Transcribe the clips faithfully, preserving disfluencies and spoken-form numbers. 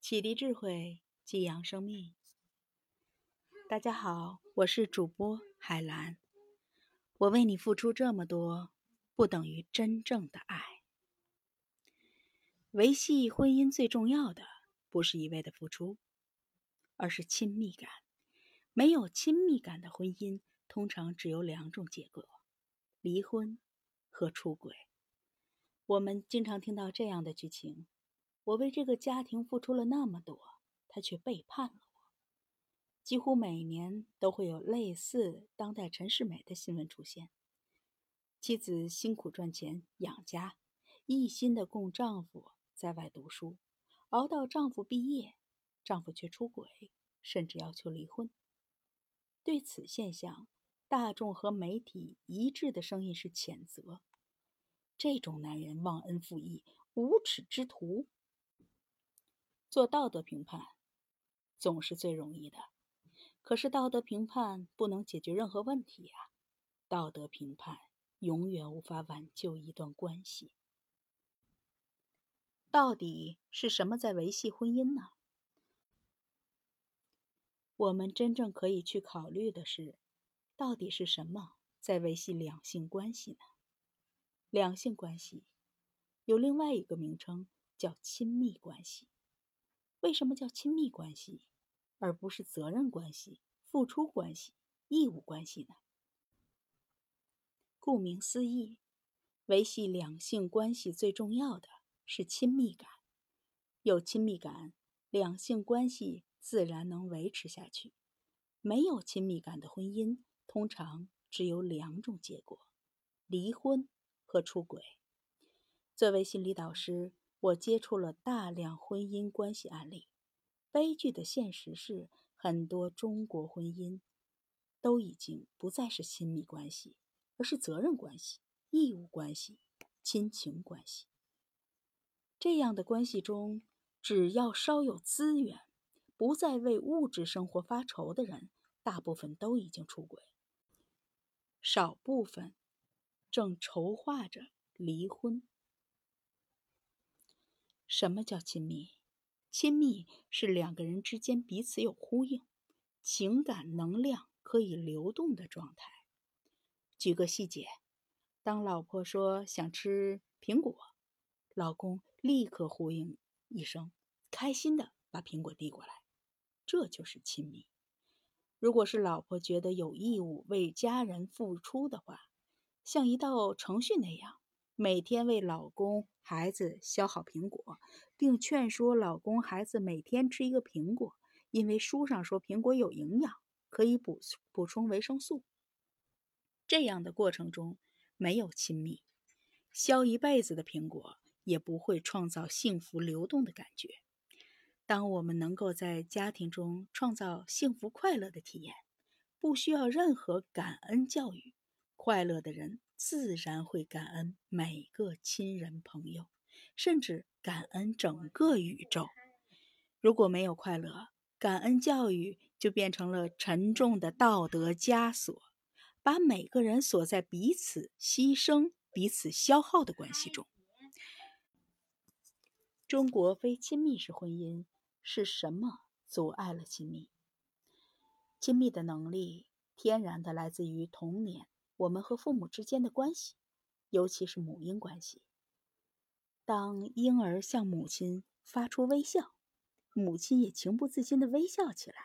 启迪智慧，激扬生命。大家好，我是主播海兰。我为你付出这么多，不等于真正的爱。维系婚姻最重要的，不是一味的付出，而是亲密感。没有亲密感的婚姻，通常只有两种结果：离婚和出轨。我们经常听到这样的剧情：我为这个家庭付出了那么多，他却背叛了我。几乎每年都会有类似当代陈世美的新闻出现。妻子辛苦赚钱养家，一心的供丈夫在外读书，熬到丈夫毕业，丈夫却出轨，甚至要求离婚。对此现象，大众和媒体一致的声音是谴责。这种男人忘恩负义，无耻之徒。做道德评判总是最容易的，可是道德评判不能解决任何问题呀、啊。道德评判永远无法挽救一段关系。到底是什么在维系婚姻呢？我们真正可以去考虑的是，到底是什么在维系两性关系呢？两性关系有另外一个名称，叫亲密关系。为什么叫亲密关系，而不是责任关系、付出关系、义务关系呢？顾名思义，维系两性关系最重要的是亲密感。有亲密感，两性关系自然能维持下去。没有亲密感的婚姻，通常只有两种结果：离婚和出轨。作为心理导师，我接触了大量婚姻关系案例。悲剧的现实是，很多中国婚姻都已经不再是亲密关系，而是责任关系、义务关系、亲情关系。这样的关系中，只要稍有资源，不再为物质生活发愁的人，大部分都已经出轨，少部分正筹划着离婚。什么叫亲密？亲密是两个人之间彼此有呼应，情感能量可以流动的状态。举个细节，当老婆说想吃苹果，老公立刻呼应一声，开心的把苹果递过来，这就是亲密。如果是老婆觉得有义务为家人付出的话，像一道程序那样，每天为老公、孩子削好苹果，并劝说老公、孩子每天吃一个苹果，因为书上说苹果有营养，可以补补充维生素。这样的过程中没有亲密，削一辈子的苹果也不会创造幸福流动的感觉。当我们能够在家庭中创造幸福快乐的体验，不需要任何感恩教育，快乐的人自然会感恩每个亲人朋友，甚至感恩整个宇宙。如果没有快乐，感恩教育就变成了沉重的道德枷锁，把每个人锁在彼此牺牲、彼此消耗的关系中。中国非亲密式婚姻是什么阻碍了亲密？亲密的能力天然的来自于童年我们和父母之间的关系，尤其是母婴关系。当婴儿向母亲发出微笑，母亲也情不自禁地微笑起来。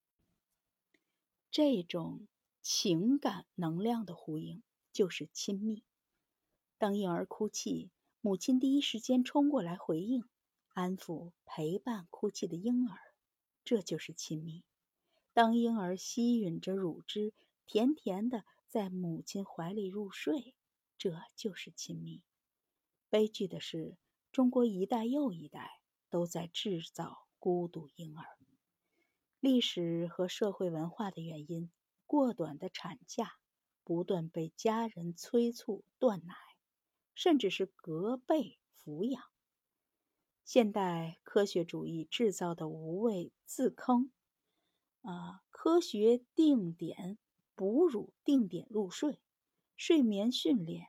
这种情感能量的呼应就是亲密。当婴儿哭泣，母亲第一时间冲过来回应，安抚陪伴哭泣的婴儿，这就是亲密。当婴儿吸吮着乳汁，甜甜的在母亲怀里入睡，这就是亲密。悲剧的是，中国一代又一代都在制造孤独婴儿。历史和社会文化的原因，过短的产假，不断被家人催促断奶，甚至是隔辈抚养。现代科学主义制造的无谓自坑，啊，科学定点哺乳、定点入睡、睡眠训练，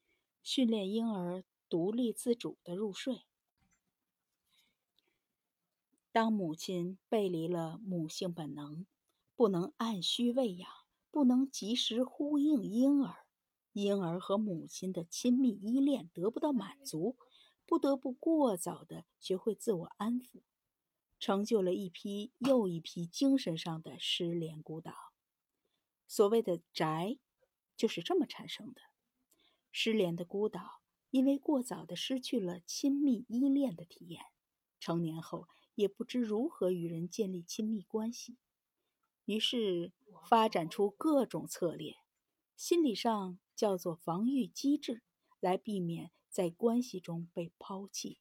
训练婴儿独立自主的入睡。 当母亲背离了母性本能，不能按需喂养，不能及时呼应婴儿，婴儿和母亲的亲密依恋得不到满足，不得不过早地学会自我安抚，成就了一批又一批精神上的失联孤岛。所谓的宅，就是这么产生的。失联的孤岛，因为过早地失去了亲密依恋的体验，成年后也不知如何与人建立亲密关系，于是发展出各种策略，心理上叫做防御机制，来避免在关系中被抛弃。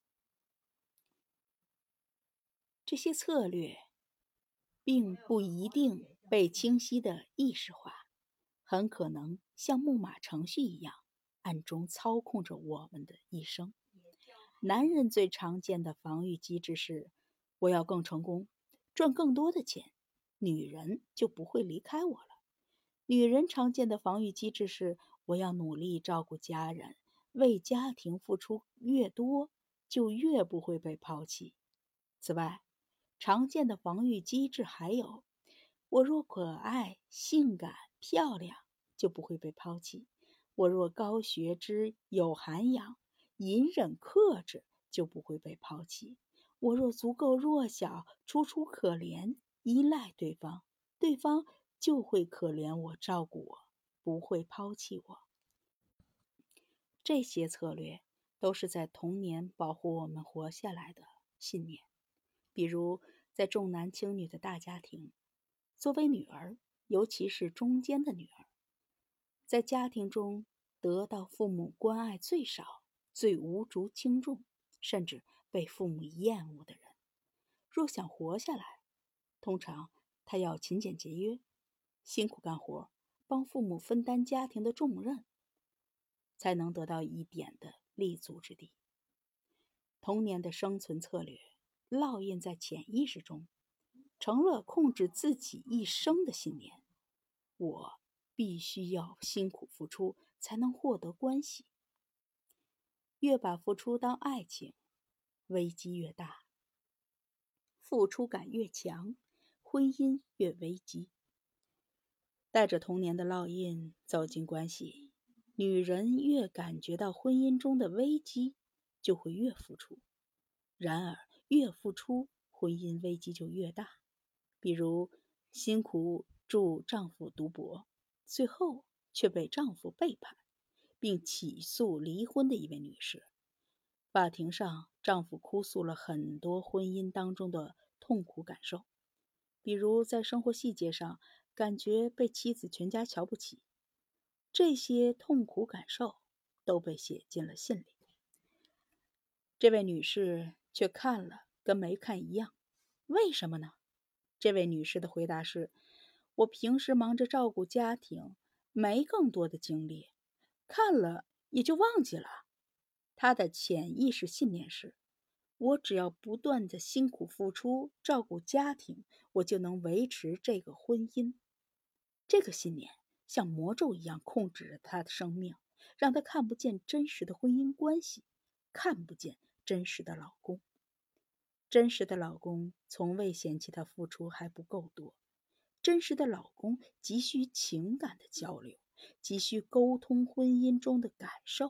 这些策略并不一定被清晰地意识化，很可能像木马程序一样，暗中操控着我们的一生。男人最常见的防御机制是：我要更成功，赚更多的钱，女人就不会离开我了。女人常见的防御机制是：我要努力照顾家人，为家庭付出越多，就越不会被抛弃。此外，常见的防御机制还有：我若可爱、性感、漂亮，就不会被抛弃；我若高学知、有涵养、隐忍克制，就不会被抛弃；我若足够弱小、楚楚可怜、依赖对方，对方就会可怜我、照顾我，不会抛弃我。这些策略都是在童年保护我们活下来的信念。比如在重男轻女的大家庭，作为女儿，尤其是中间的女儿，在家庭中得到父母关爱最少、最无足轻重，甚至被父母厌恶的人，若想活下来，通常她要勤俭节约，辛苦干活，帮父母分担家庭的重任，才能得到一点的立足之地。童年的生存策略烙印在潜意识中，成了控制自己一生的信念。我必须要辛苦付出，才能获得关系。越把付出当爱情，危机越大；付出感越强，婚姻越危机。带着童年的烙印走进关系，女人越感觉到婚姻中的危机，就会越付出。然而，越付出，婚姻危机就越大。比如，辛苦助丈夫读博，最后却被丈夫背叛，并起诉离婚的一位女士。法庭上，丈夫哭诉了很多婚姻当中的痛苦感受，比如在生活细节上感觉被妻子全家瞧不起。这些痛苦感受都被写进了信里。这位女士却看了跟没看一样，为什么呢？这位女士的回答是：我平时忙着照顾家庭，没更多的精力，看了也就忘记了。她的潜意识信念是：我只要不断的辛苦付出，照顾家庭，我就能维持这个婚姻。这个信念像魔咒一样控制着她的生命，让她看不见真实的婚姻关系，看不见真实的老公。真实的老公从未嫌弃她付出还不够多，真实的老公急需情感的交流，急需沟通婚姻中的感受。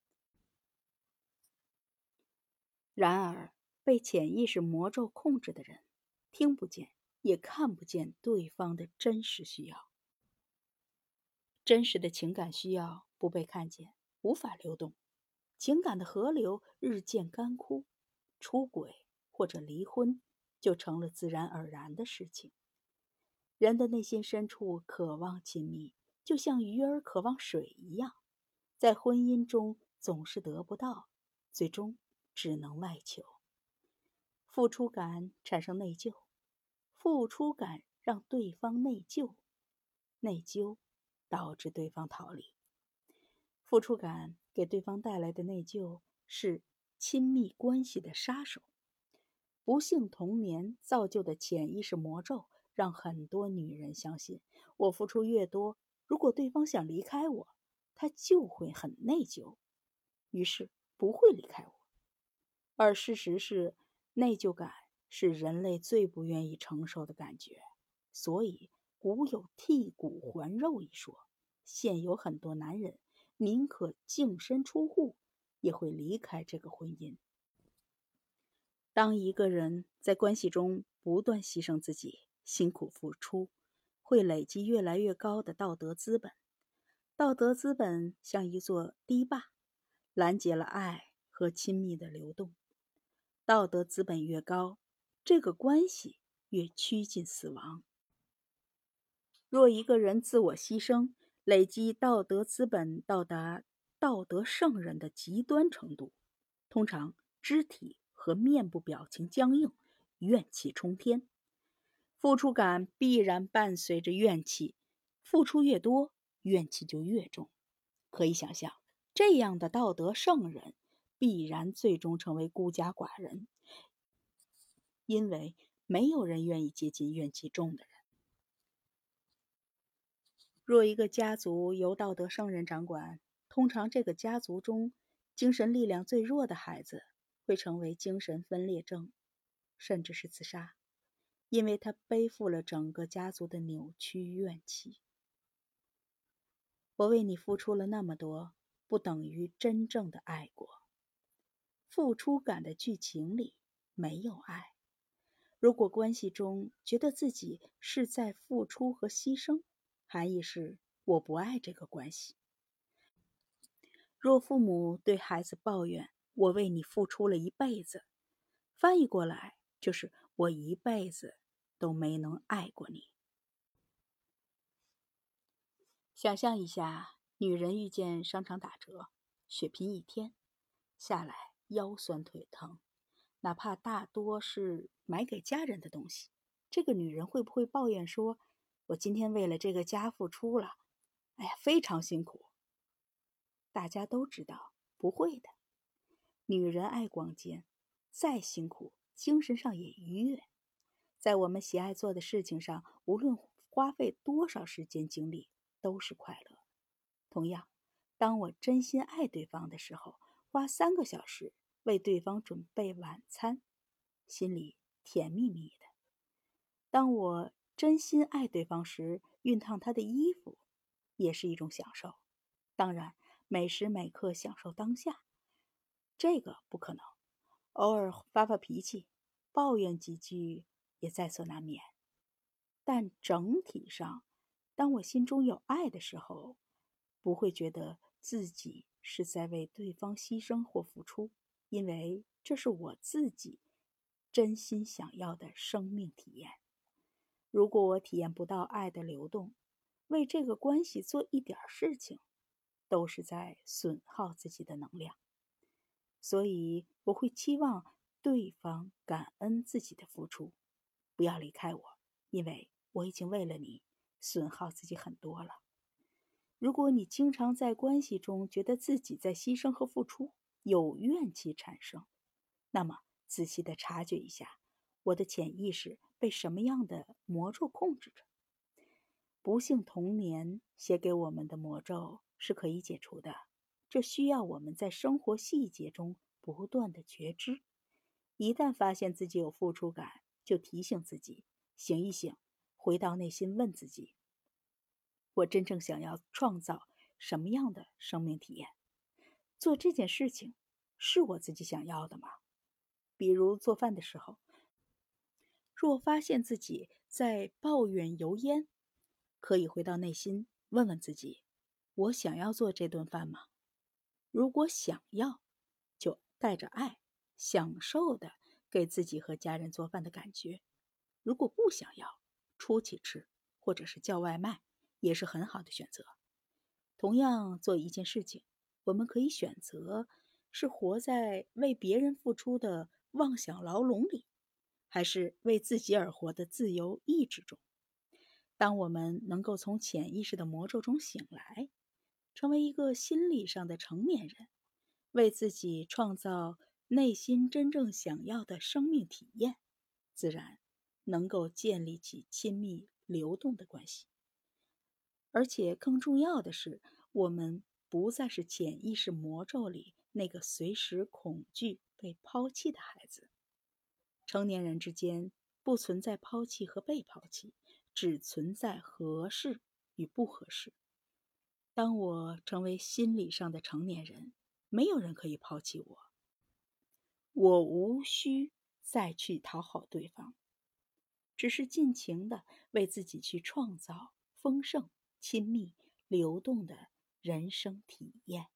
然而，被潜意识魔咒控制的人，听不见也看不见对方的真实需要。真实的情感需要不被看见，无法流动，情感的河流日渐干枯，出轨或者离婚就成了自然而然的事情。人的内心深处渴望亲密，就像鱼儿渴望水一样，在婚姻中总是得不到，最终只能外求。付出感产生内疚，付出感让对方内疚，内疚导致对方逃离。付出感给对方带来的内疚是亲密关系的杀手。不幸童年造就的潜意识魔咒，让很多女人相信，我付出越多，如果对方想离开我，他就会很内疚，于是不会离开我。而事实是，内疚感是人类最不愿意承受的感觉，所以古有剔骨还肉一说。现有很多男人宁可净身出户，也会离开这个婚姻。当一个人在关系中不断牺牲自己，辛苦付出，会累积越来越高的道德资本。道德资本像一座堤坝，拦截了爱和亲密的流动。道德资本越高，这个关系越趋近死亡。若一个人自我牺牲，累积道德资本到达道德圣人的极端程度，通常肢体和面部表情僵硬，怨气冲天。付出感必然伴随着怨气，付出越多，怨气就越重。可以想象，这样的道德圣人必然最终成为孤家寡人，因为没有人愿意接近怨气重的人。若一个家族由道德圣人掌管，通常这个家族中精神力量最弱的孩子会成为精神分裂症，甚至是自杀，因为他背负了整个家族的扭曲怨气。我为你付出了那么多，不等于真正的爱过。付出感的剧情里没有爱。如果关系中觉得自己是在付出和牺牲，含义是我不爱这个关系。若父母对孩子抱怨我为你付出了一辈子，翻译过来就是我一辈子都没能爱过你。想象一下，女人遇见商场打折，血拼一天下来腰酸腿疼，哪怕大多是买给家人的东西，这个女人会不会抱怨说，我今天为了这个家付出了，哎呀，非常辛苦？大家都知道不会的。女人爱逛街，再辛苦精神上也愉悦。在我们喜爱做的事情上，无论花费多少时间精力，都是快乐。同样，当我真心爱对方的时候，花三个小时为对方准备晚餐，心里甜蜜蜜的。当我真心爱对方时，熨烫他的衣服也是一种享受。当然，每时每刻享受当下，这个不可能。偶尔发发脾气，抱怨几句也在所难免。但整体上，当我心中有爱的时候，不会觉得自己是在为对方牺牲或付出，因为这是我自己真心想要的生命体验。如果我体验不到爱的流动，为这个关系做一点事情，都是在损耗自己的能量。所以我会期望对方感恩自己的付出，不要离开我，因为我已经为了你损耗自己很多了。如果你经常在关系中觉得自己在牺牲和付出，有怨气产生，那么仔细地察觉一下，我的潜意识被什么样的魔咒控制着。不幸童年写给我们的魔咒是可以解除的，这需要我们在生活细节中不断的觉知。一旦发现自己有付出感，就提醒自己，醒一醒，回到内心问自己，我真正想要创造什么样的生命体验？做这件事情是我自己想要的吗？比如做饭的时候，若发现自己在抱怨油烟，可以回到内心问问自己，我想要做这顿饭吗？如果想要，就带着爱，享受的给自己和家人做饭的感觉。如果不想要，出去吃，或者是叫外卖，也是很好的选择。同样做一件事情，我们可以选择是活在为别人付出的妄想牢笼里，还是为自己而活的自由意志中。当我们能够从潜意识的魔咒中醒来，成为一个心理上的成年人，为自己创造内心真正想要的生命体验，自然能够建立起亲密流动的关系。而且更重要的是，我们不再是潜意识魔咒里那个随时恐惧被抛弃的孩子。 成年人之间不存在抛弃和被抛弃，只存在合适与不合适。当我成为心理上的成年人，没有人可以抛弃我，我无需再去讨好对方，只是尽情地为自己去创造丰盛、亲密、流动的人生体验。